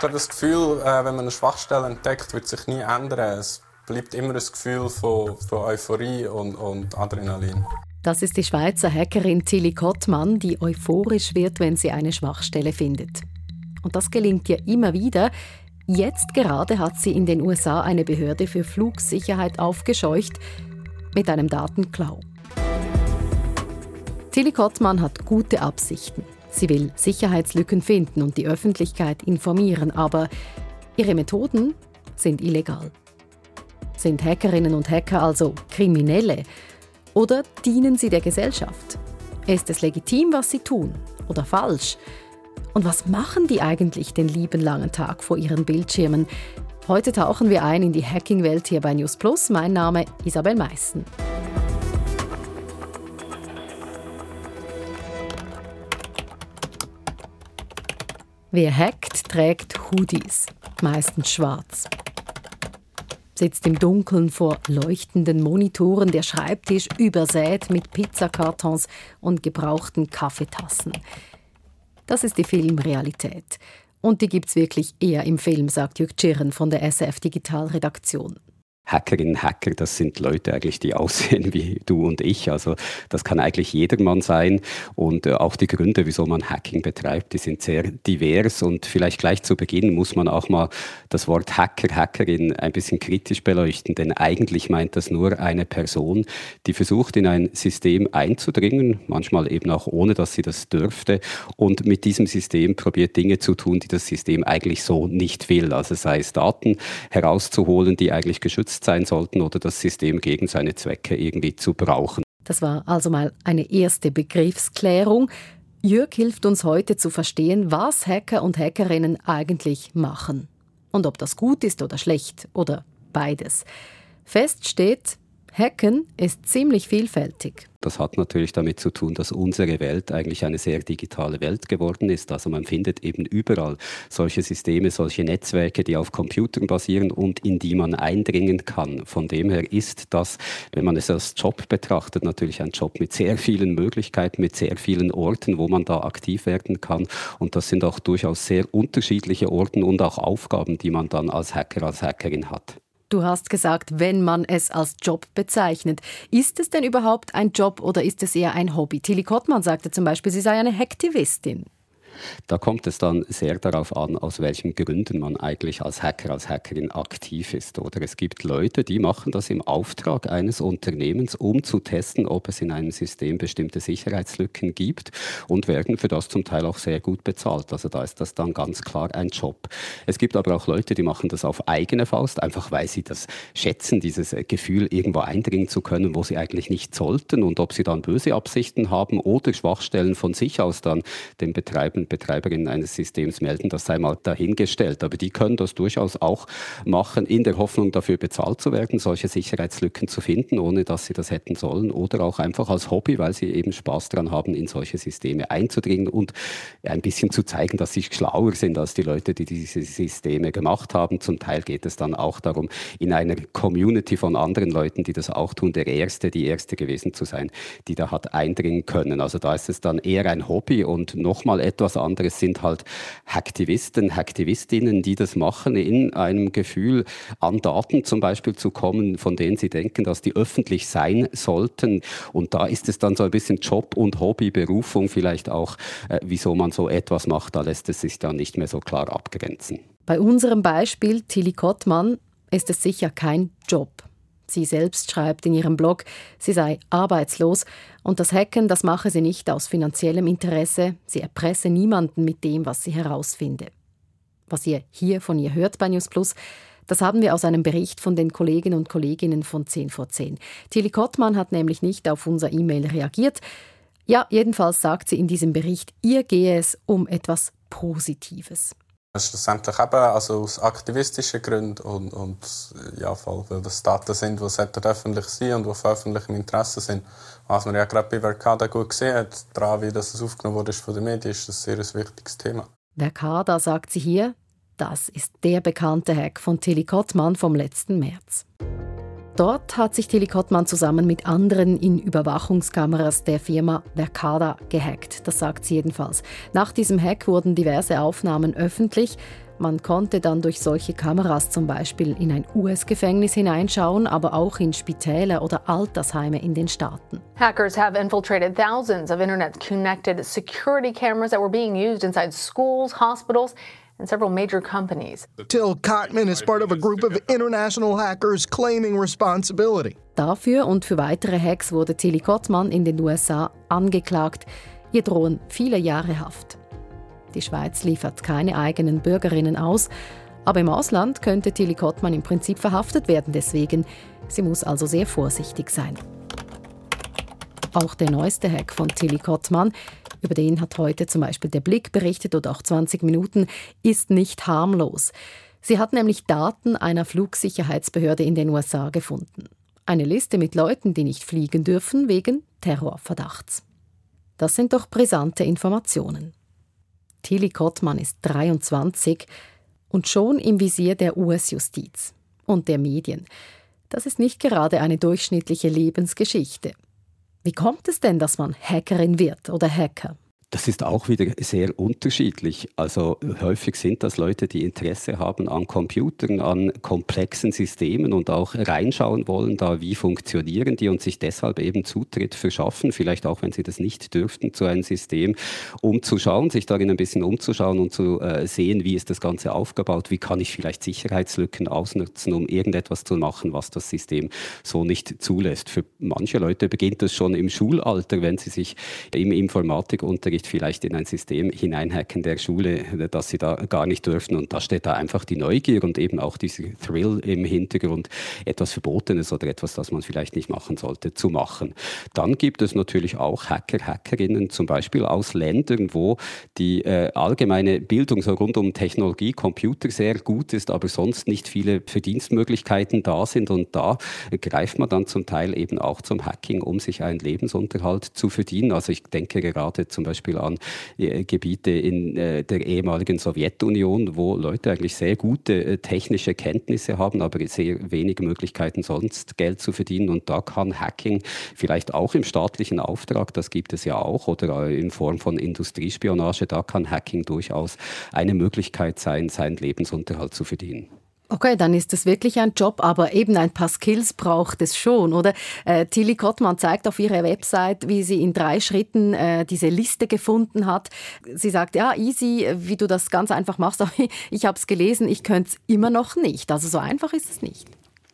habe das Gefühl, wenn man eine Schwachstelle entdeckt, wird sich nie ändern. Es bleibt immer ein Gefühl von Euphorie und Adrenalin. Das ist die Schweizer Hackerin Tilly Kottmann, die euphorisch wird, wenn sie eine Schwachstelle findet. Und das gelingt ihr immer wieder. Jetzt gerade hat sie in den USA eine Behörde für Flugsicherheit aufgescheucht mit einem Datenklau. Tilly Kottmann hat gute Absichten. Sie will Sicherheitslücken finden und die Öffentlichkeit informieren, aber ihre Methoden sind illegal. Sind Hackerinnen und Hacker also Kriminelle? Oder dienen sie der Gesellschaft? Ist es legitim, was sie tun? Oder falsch? Und was machen die eigentlich den lieben langen Tag vor ihren Bildschirmen? Heute tauchen wir ein in die Hacking-Welt hier bei News Plus. Mein Name ist Isabel Meissen. Wer hackt, trägt Hoodies, meistens schwarz. Sitzt im Dunkeln vor leuchtenden Monitoren, der Schreibtisch übersät mit Pizzakartons und gebrauchten Kaffeetassen. Das ist die Filmrealität. Und die gibt's wirklich eher im Film, sagt Jürg Tschirren von der SRF Digitalredaktion. Hackerinnen, Hacker, das sind Leute eigentlich, die aussehen wie du und ich. Also das kann eigentlich jedermann sein. Und auch die Gründe, wieso man Hacking betreibt, die sind sehr divers. Und vielleicht gleich zu Beginn muss man auch mal das Wort Hacker, Hackerin ein bisschen kritisch beleuchten. Denn eigentlich meint das nur eine Person, die versucht, in ein System einzudringen, manchmal eben auch ohne, dass sie das dürfte. Und mit diesem System probiert Dinge zu tun, die das System eigentlich so nicht will. Also sei es Daten herauszuholen, die eigentlich geschützt sein sollten oder das System gegen seine Zwecke irgendwie zu brauchen. Das war also mal eine erste Begriffsklärung. Jürg hilft uns heute zu verstehen, was Hacker und Hackerinnen eigentlich machen. Und ob das gut ist oder schlecht oder beides. Fest steht, Hacken ist ziemlich vielfältig. Das hat natürlich damit zu tun, dass unsere Welt eigentlich eine sehr digitale Welt geworden ist. Also man findet eben überall solche Systeme, solche Netzwerke, die auf Computern basieren und in die man eindringen kann. Von dem her ist das, wenn man es als Job betrachtet, natürlich ein Job mit sehr vielen Möglichkeiten, mit sehr vielen Orten, wo man da aktiv werden kann. Und das sind auch durchaus sehr unterschiedliche Orten und auch Aufgaben, die man dann als Hacker, als Hackerin hat. Du hast gesagt, wenn man es als Job bezeichnet. Ist es denn überhaupt ein Job oder ist es eher ein Hobby? Tilly Kottmann sagte zum Beispiel, sie sei eine Hacktivistin. Da kommt es dann sehr darauf an, aus welchen Gründen man eigentlich als Hacker, als Hackerin aktiv ist. Oder es gibt Leute, die machen das im Auftrag eines Unternehmens, um zu testen, ob es in einem System bestimmte Sicherheitslücken gibt und werden für das zum Teil auch sehr gut bezahlt. Also da ist das dann ganz klar ein Job. Es gibt aber auch Leute, die machen das auf eigene Faust, einfach weil sie das schätzen, dieses Gefühl, irgendwo eindringen zu können, wo sie eigentlich nicht sollten. Und ob sie dann böse Absichten haben oder Schwachstellen von sich aus dann den Betreiberinnen eines Systems melden, das sei mal dahingestellt. Aber die können das durchaus auch machen, in der Hoffnung, dafür bezahlt zu werden, solche Sicherheitslücken zu finden, ohne dass sie das hätten sollen. Oder auch einfach als Hobby, weil sie eben Spaß daran haben, in solche Systeme einzudringen und ein bisschen zu zeigen, dass sie schlauer sind als die Leute, die diese Systeme gemacht haben. Zum Teil geht es dann auch darum, in einer Community von anderen Leuten, die das auch tun, die Erste gewesen zu sein, die da hat eindringen können. Also da ist es dann eher ein Hobby und nochmal etwas anderes sind halt Hacktivisten, Hacktivistinnen, die das machen, in einem Gefühl an Daten zum Beispiel zu kommen, von denen sie denken, dass die öffentlich sein sollten. Und da ist es dann so ein bisschen Job und Hobby, Berufung vielleicht auch, wieso man so etwas macht, da lässt es sich dann nicht mehr so klar abgrenzen. Bei unserem Beispiel Tilly Kottmann ist es sicher kein Job. Sie selbst schreibt in ihrem Blog, sie sei arbeitslos und das Hacken, das mache sie nicht aus finanziellem Interesse. Sie erpresse niemanden mit dem, was sie herausfinde. Was ihr hier von ihr hört bei News Plus, das haben wir aus einem Bericht von den Kolleginnen und Kolleginnen von 10 vor 10. Tilly Kottmann hat nämlich nicht auf unser E-Mail reagiert. Ja, jedenfalls sagt sie in diesem Bericht, ihr gehe es um etwas Positives. Schlussendlich eben also aus aktivistischen Gründen und ja, voll, weil das Daten sind, die öffentlich sein und die von öffentlichem Interesse sind. Was man ja gerade bei Verkada gut gesehen hat, daran, wie das aufgenommen wurde von den Medien, ist das ein sehr wichtiges Thema. Verkada, sagt sie hier, das ist der bekannte Hack von Tilly Kottmann vom letzten März. Dort hat sich Tilly Kottmann zusammen mit anderen in Überwachungskameras der Firma Verkada gehackt. Das sagt sie jedenfalls. Nach diesem Hack wurden diverse Aufnahmen öffentlich. Man konnte dann durch solche Kameras zum Beispiel in ein US-Gefängnis hineinschauen, aber auch in Spitäler oder Altersheime in den Staaten. Hackers have infiltrated thousands of internet-connected security cameras that were being used inside schools, hospitals, and several major companies. Till Cotman is part of a group of international hackers claiming responsibility. Dafür und für weitere Hacks wurde Tilly Kottmann in den USA angeklagt. Ihr drohen viele Jahre Haft. Die Schweiz liefert keine eigenen Bürgerinnen aus, aber im Ausland könnte Tilly Kottmann im Prinzip verhaftet werden deswegen. Sie muss also sehr vorsichtig sein. Auch der neueste Hack von Tilly Kottmann, über den hat heute zum Beispiel der Blick berichtet oder auch 20 Minuten, ist nicht harmlos. Sie hat nämlich Daten einer Flugsicherheitsbehörde in den USA gefunden. Eine Liste mit Leuten, die nicht fliegen dürfen wegen Terrorverdachts. Das sind doch brisante Informationen. Tilly Kottmann ist 23 und schon im Visier der US-Justiz und der Medien. Das ist nicht gerade eine durchschnittliche Lebensgeschichte. Wie kommt es denn, dass man Hackerin wird oder Hacker? Das ist auch wieder sehr unterschiedlich. Also häufig sind das Leute, die Interesse haben an Computern, an komplexen Systemen und auch reinschauen wollen, da wie funktionieren die und sich deshalb eben Zutritt verschaffen, vielleicht auch wenn sie das nicht dürften, zu einem System, um zu schauen, sich darin ein bisschen umzuschauen und zu sehen, wie ist das Ganze aufgebaut, wie kann ich vielleicht Sicherheitslücken ausnutzen, um irgendetwas zu machen, was das System so nicht zulässt. Für manche Leute beginnt das schon im Schulalter, wenn sie sich im Informatikunterricht vielleicht in ein System hineinhacken der Schule, das sie da gar nicht dürfen. Und da steht da einfach die Neugier und eben auch dieser Thrill im Hintergrund, etwas Verbotenes oder etwas, das man vielleicht nicht machen sollte, zu machen. Dann gibt es natürlich auch Hacker, Hackerinnen, zum Beispiel aus Ländern, wo die allgemeine Bildung so rund um Technologie, Computer sehr gut ist, aber sonst nicht viele Verdienstmöglichkeiten da sind. Und da greift man dann zum Teil eben auch zum Hacking, um sich einen Lebensunterhalt zu verdienen. Also ich denke gerade zum Beispiel an Gebiete in der ehemaligen Sowjetunion, wo Leute eigentlich sehr gute technische Kenntnisse haben, aber sehr wenige Möglichkeiten sonst Geld zu verdienen. Und da kann Hacking vielleicht auch im staatlichen Auftrag, das gibt es ja auch, oder in Form von Industriespionage, da kann Hacking durchaus eine Möglichkeit sein, seinen Lebensunterhalt zu verdienen. Okay, dann ist es wirklich ein Job, aber eben ein paar Skills braucht es schon, oder? Tilly Kottmann zeigt auf ihrer Website, wie sie in 3 Schritten diese Liste gefunden hat. Sie sagt, ja, easy, wie du das ganz einfach machst, aber ich habe es gelesen, ich könnte es immer noch nicht. Also so einfach ist es nicht.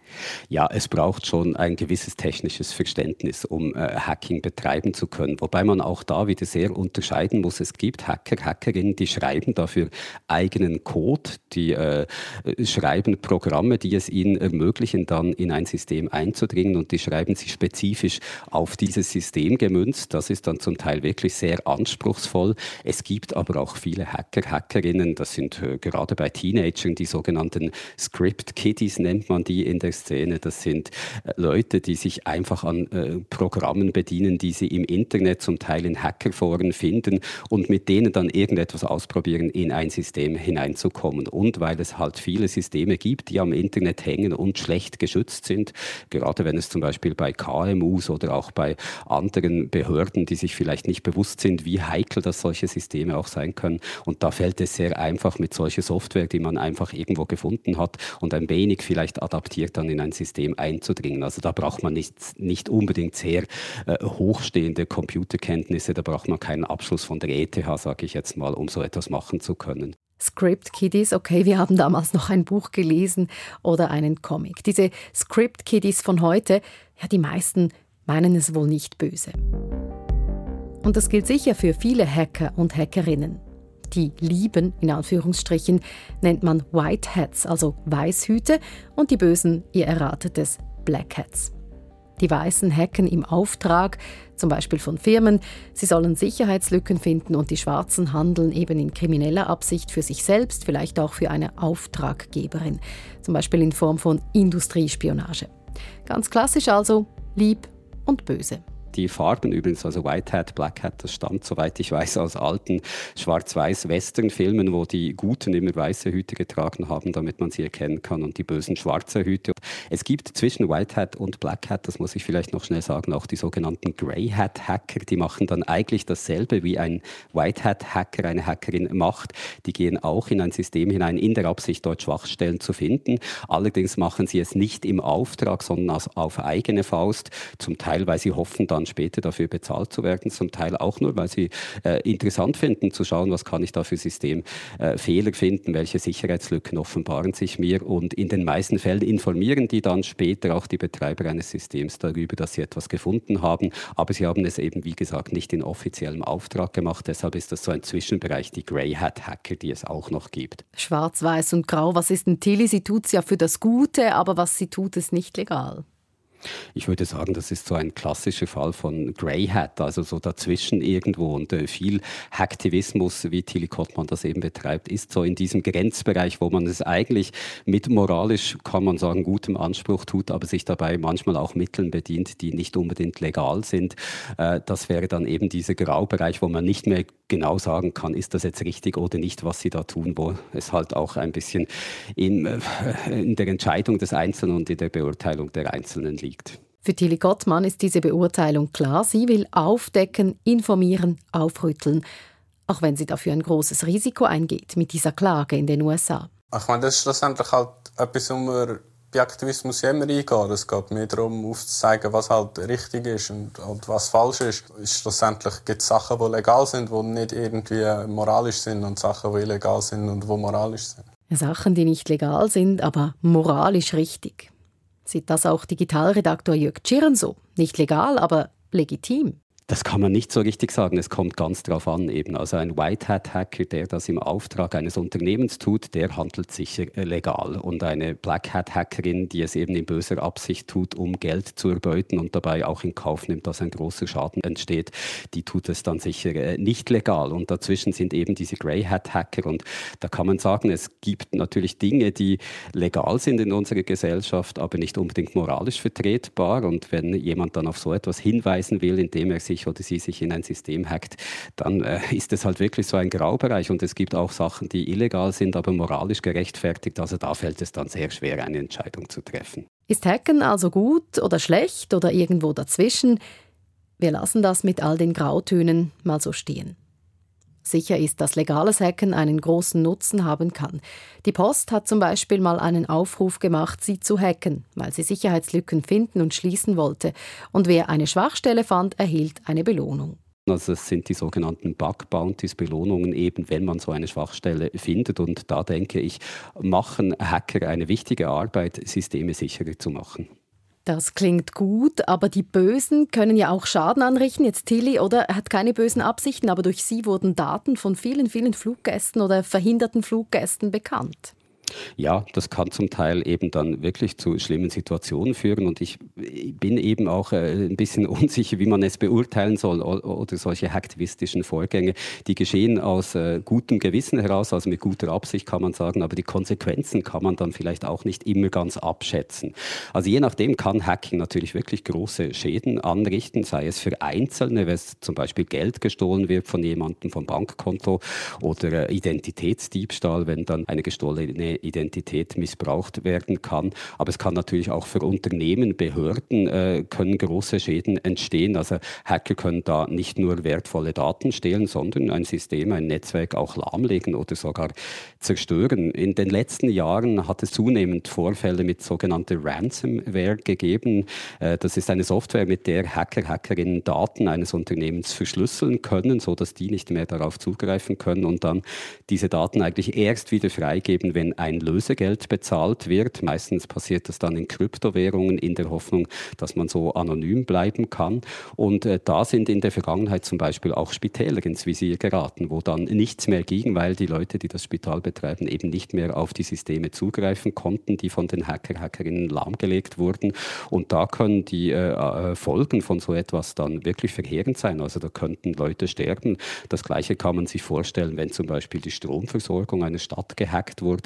Ja, es braucht schon ein gewisses technisches Verständnis, um Hacking betreiben zu können. Wobei man auch da wieder sehr unterscheiden muss. Es gibt Hacker, Hackerinnen, die schreiben dafür eigenen Code, die schreiben Programme, die es ihnen ermöglichen, dann in ein System einzudringen, und die schreiben sie spezifisch auf dieses System gemünzt. Das ist dann zum Teil wirklich sehr anspruchsvoll. Es gibt aber auch viele Hacker, Hackerinnen, das sind gerade bei Teenagern die sogenannten Script Kiddies, nennt man die in der Szene. Das sind Leute, die sich einfach an Programmen bedienen, die sie im Internet zum Teil in Hackerforen finden und mit denen dann irgendetwas ausprobieren, in ein System hineinzukommen. Und weil es halt viele Systeme gibt, die am Internet hängen und schlecht geschützt sind, gerade wenn es zum Beispiel bei KMUs oder auch bei anderen Behörden, die sich vielleicht nicht bewusst sind, wie heikel das solche Systeme auch sein können. Und da fällt es sehr einfach mit solcher Software, die man einfach irgendwo gefunden hat und ein wenig vielleicht adaptiert dann in ein System einzudringen. Also da braucht man nicht unbedingt sehr hochstehende Computerkenntnisse, da braucht man keinen Abschluss von der ETH, sage ich jetzt mal, um so etwas machen zu können. Script Kiddies, okay, wir haben damals noch ein Buch gelesen oder einen Comic. Diese Script Kiddies von heute, ja, die meisten meinen es wohl nicht böse. Und das gilt sicher für viele Hacker und Hackerinnen. Die Lieben, in Anführungsstrichen, nennt man White Hats, also Weißhüte, und die Bösen, ihr erratet es, Black Hats. Die Weißen hacken im Auftrag, zum Beispiel von Firmen. Sie sollen Sicherheitslücken finden, und die Schwarzen handeln eben in krimineller Absicht für sich selbst, vielleicht auch für eine Auftraggeberin, zum Beispiel in Form von Industriespionage. Ganz klassisch also, lieb und böse. Die Farben übrigens, also White Hat, Black Hat, das stammt, soweit ich weiß, aus alten Schwarz-Weiß-Western-Filmen, wo die Guten immer weiße Hüte getragen haben, damit man sie erkennen kann, und die Bösen schwarze Hüte. Es gibt zwischen White Hat und Black Hat, das muss ich vielleicht noch schnell sagen, auch die sogenannten Grey Hat Hacker, die machen dann eigentlich dasselbe wie ein White Hat Hacker, eine Hackerin macht. Die gehen auch in ein System hinein, in der Absicht, dort Schwachstellen zu finden. Allerdings machen sie es nicht im Auftrag, sondern auf eigene Faust. Zum Teil, weil sie hoffen, dann später dafür bezahlt zu werden. Zum Teil auch nur, weil sie interessant finden, zu schauen, was kann ich da für Systemfehler finden, welche Sicherheitslücken offenbaren sich mir. Und in den meisten Fällen informieren die dann später auch die Betreiber eines Systems darüber, dass sie etwas gefunden haben. Aber sie haben es eben, wie gesagt, nicht in offiziellem Auftrag gemacht. Deshalb ist das so ein Zwischenbereich, die Grey Hat Hacker, die es auch noch gibt. Schwarz, Weiß und Grau, was ist denn Tilly? Sie tut es ja für das Gute, aber was sie tut, ist nicht legal. Ich würde sagen, das ist so ein klassischer Fall von Grey Hat, also so dazwischen irgendwo. Und viel Hacktivismus, wie Tilly Kottmann das eben betreibt, ist so in diesem Grenzbereich, wo man es eigentlich mit moralisch, kann man sagen, gutem Anspruch tut, aber sich dabei manchmal auch Mitteln bedient, die nicht unbedingt legal sind. Das wäre dann eben dieser Graubereich, wo man nicht mehr genau sagen kann, ist das jetzt richtig oder nicht, was sie da tun, wo es halt auch ein bisschen in der Entscheidung des Einzelnen und in der Beurteilung der Einzelnen liegt. Für Tilly Kottmann ist diese Beurteilung klar. Sie will aufdecken, informieren, aufrütteln. Auch wenn sie dafür ein großes Risiko eingeht mit dieser Klage in den USA. Ich meine, das ist schlussendlich halt etwas, wo man bei Aktivismus immer eingeht. Es geht mehr darum, aufzuzeigen, was halt richtig ist und was falsch ist. Schlussendlich gibt es Sachen, die legal sind, die nicht irgendwie moralisch sind, und Sachen, die illegal sind und die moralisch sind. Sachen, die nicht legal sind, aber moralisch richtig. Sieht das auch Digitalredaktor Jörg Tschirren so? Nicht legal, aber legitim. Das kann man nicht so richtig sagen. Es kommt ganz drauf an eben. Also ein White Hat Hacker, der das im Auftrag eines Unternehmens tut, der handelt sicher legal. Und eine Black Hat Hackerin, die es eben in böser Absicht tut, um Geld zu erbeuten und dabei auch in Kauf nimmt, dass ein großer Schaden entsteht, die tut es dann sicher nicht legal. Und dazwischen sind eben diese Grey Hat Hacker. Und da kann man sagen, es gibt natürlich Dinge, die legal sind in unserer Gesellschaft, aber nicht unbedingt moralisch vertretbar. Und wenn jemand dann auf so etwas hinweisen will, indem er sich oder sie sich in ein System hackt, dann ist es halt wirklich so ein Graubereich. Und es gibt auch Sachen, die illegal sind, aber moralisch gerechtfertigt. Also da fällt es dann sehr schwer, eine Entscheidung zu treffen. Ist Hacken also gut oder schlecht oder irgendwo dazwischen? Wir lassen das mit all den Grautönen mal so stehen. Sicher ist, dass legales Hacken einen großen Nutzen haben kann. Die Post hat zum Beispiel mal einen Aufruf gemacht, sie zu hacken, weil sie Sicherheitslücken finden und schließen wollte. Und wer eine Schwachstelle fand, erhielt eine Belohnung. Also es sind die sogenannten Bug Bounties, Belohnungen eben, wenn man so eine Schwachstelle findet. Und da denke ich, machen Hacker eine wichtige Arbeit, Systeme sicherer zu machen. Das klingt gut, aber die Bösen können ja auch Schaden anrichten. Jetzt Tilly, oder? Hat keine bösen Absichten, aber durch sie wurden Daten von vielen, vielen Fluggästen oder verhinderten Fluggästen bekannt. Ja, das kann zum Teil eben dann wirklich zu schlimmen Situationen führen, und ich bin eben auch ein bisschen unsicher, wie man es beurteilen soll, oder solche hacktivistischen Vorgänge, die geschehen aus gutem Gewissen heraus, also mit guter Absicht kann man sagen, aber die Konsequenzen kann man dann vielleicht auch nicht immer ganz abschätzen. Also je nachdem kann Hacking natürlich wirklich große Schäden anrichten, sei es für Einzelne, wenn zum Beispiel Geld gestohlen wird von jemandem vom Bankkonto, oder Identitätsdiebstahl, wenn dann eine gestohlene Identität missbraucht werden kann. Aber es kann natürlich auch für Unternehmen, Behörden können große Schäden entstehen. Also Hacker können da nicht nur wertvolle Daten stehlen, sondern ein System, ein Netzwerk auch lahmlegen oder sogar zerstören. In den letzten Jahren hat es zunehmend Vorfälle mit sogenannter Ransomware gegeben. Das ist eine Software, mit der Hackerinnen Daten eines Unternehmens verschlüsseln können, sodass die nicht mehr darauf zugreifen können und dann diese Daten eigentlich erst wieder freigeben, wenn ein Lösegeld bezahlt wird. Meistens passiert das dann in Kryptowährungen in der Hoffnung, dass man so anonym bleiben kann. Und da sind in der Vergangenheit zum Beispiel auch Spitäler ins Visier geraten, wo dann nichts mehr ging, weil die Leute, die das Spital betreiben, eben nicht mehr auf die Systeme zugreifen konnten, die von den Hackerinnen lahmgelegt wurden. Und da können die Folgen von so etwas dann wirklich verheerend sein. Also da könnten Leute sterben. Das Gleiche kann man sich vorstellen, wenn zum Beispiel die Stromversorgung einer Stadt gehackt wurde, wo ja auch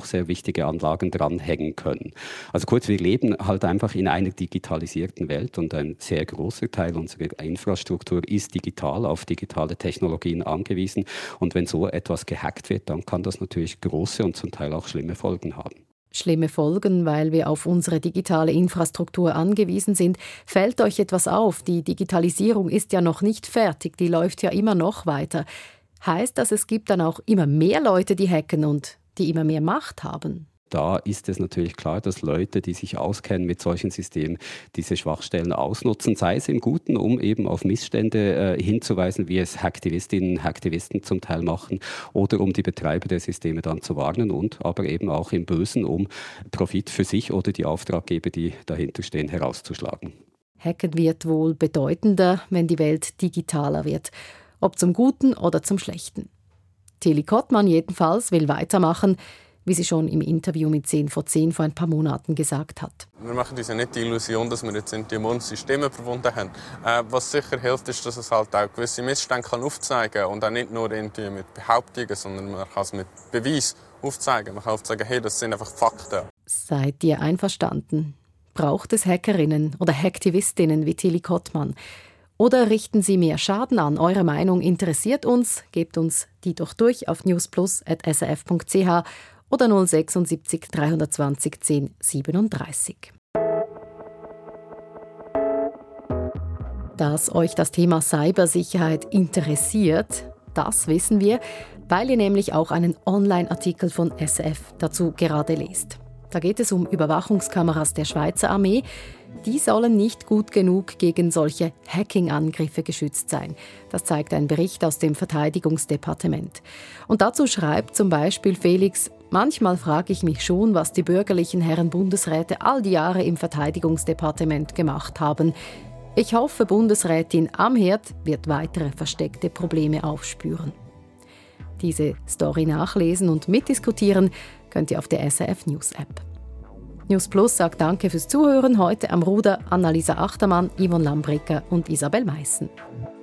sehr wichtige Anlagen dranhängen können. Also kurz, wir leben halt einfach in einer digitalisierten Welt und ein sehr großer Teil unserer Infrastruktur ist digital, auf digitale Technologien angewiesen. Und wenn so etwas gehackt wird, dann kann das natürlich große und zum Teil auch schlimme Folgen haben. Schlimme Folgen, weil wir auf unsere digitale Infrastruktur angewiesen sind. Fällt euch etwas auf? Die Digitalisierung ist ja noch nicht fertig, die läuft ja immer noch weiter. Heißt das, es gibt dann auch immer mehr Leute, die hacken und die immer mehr Macht haben? Da ist es natürlich klar, dass Leute, die sich auskennen mit solchen Systemen, diese Schwachstellen ausnutzen, sei es im Guten, um eben auf Missstände hinzuweisen, wie es Hacktivistinnen und Hacktivisten zum Teil machen, oder um die Betreiber der Systeme dann zu warnen und aber eben auch im Bösen, um Profit für sich oder die Auftraggeber, die dahinter stehen, herauszuschlagen. Hacken wird wohl bedeutender, wenn die Welt digitaler wird. Ob zum Guten oder zum Schlechten. Tilly Kottmann jedenfalls will weitermachen, wie sie schon im Interview mit 10 vor 10 vor ein paar Monaten gesagt hat. Wir machen uns ja nicht die Illusion, dass wir jetzt die Immunsysteme verbunden haben. Was sicher hilft, ist, dass es halt auch gewisse Missstände aufzeigen kann. Und auch nicht nur irgendwie mit Behauptungen, sondern man kann es mit Beweis aufzeigen. Man kann aufzeigen, hey, das sind einfach Fakten. Seid ihr einverstanden? Braucht es Hackerinnen oder Hacktivistinnen wie Tilly Kottmann? Oder richten sie mehr Schaden an? Eure Meinung interessiert uns. Gebt uns die doch durch auf newsplus@srf.ch oder 076 320 10 37. Dass euch das Thema Cybersicherheit interessiert, das wissen wir, weil ihr nämlich auch einen Online-Artikel von SRF dazu gerade lest. Da geht es um Überwachungskameras der Schweizer Armee. Die sollen nicht gut genug gegen solche Hacking-Angriffe geschützt sein. Das zeigt ein Bericht aus dem Verteidigungsdepartement. Und dazu schreibt zum Beispiel Felix: Manchmal frage ich mich schon, was die bürgerlichen Herren Bundesräte all die Jahre im Verteidigungsdepartement gemacht haben. Ich hoffe, Bundesrätin Amherd wird weitere versteckte Probleme aufspüren. Diese Story nachlesen und mitdiskutieren könnt ihr auf der SRF News App. News Plus sagt Danke fürs Zuhören. Heute am Ruder Annalisa Achtermann, Yvonne Lambricker und Isabel Meissen.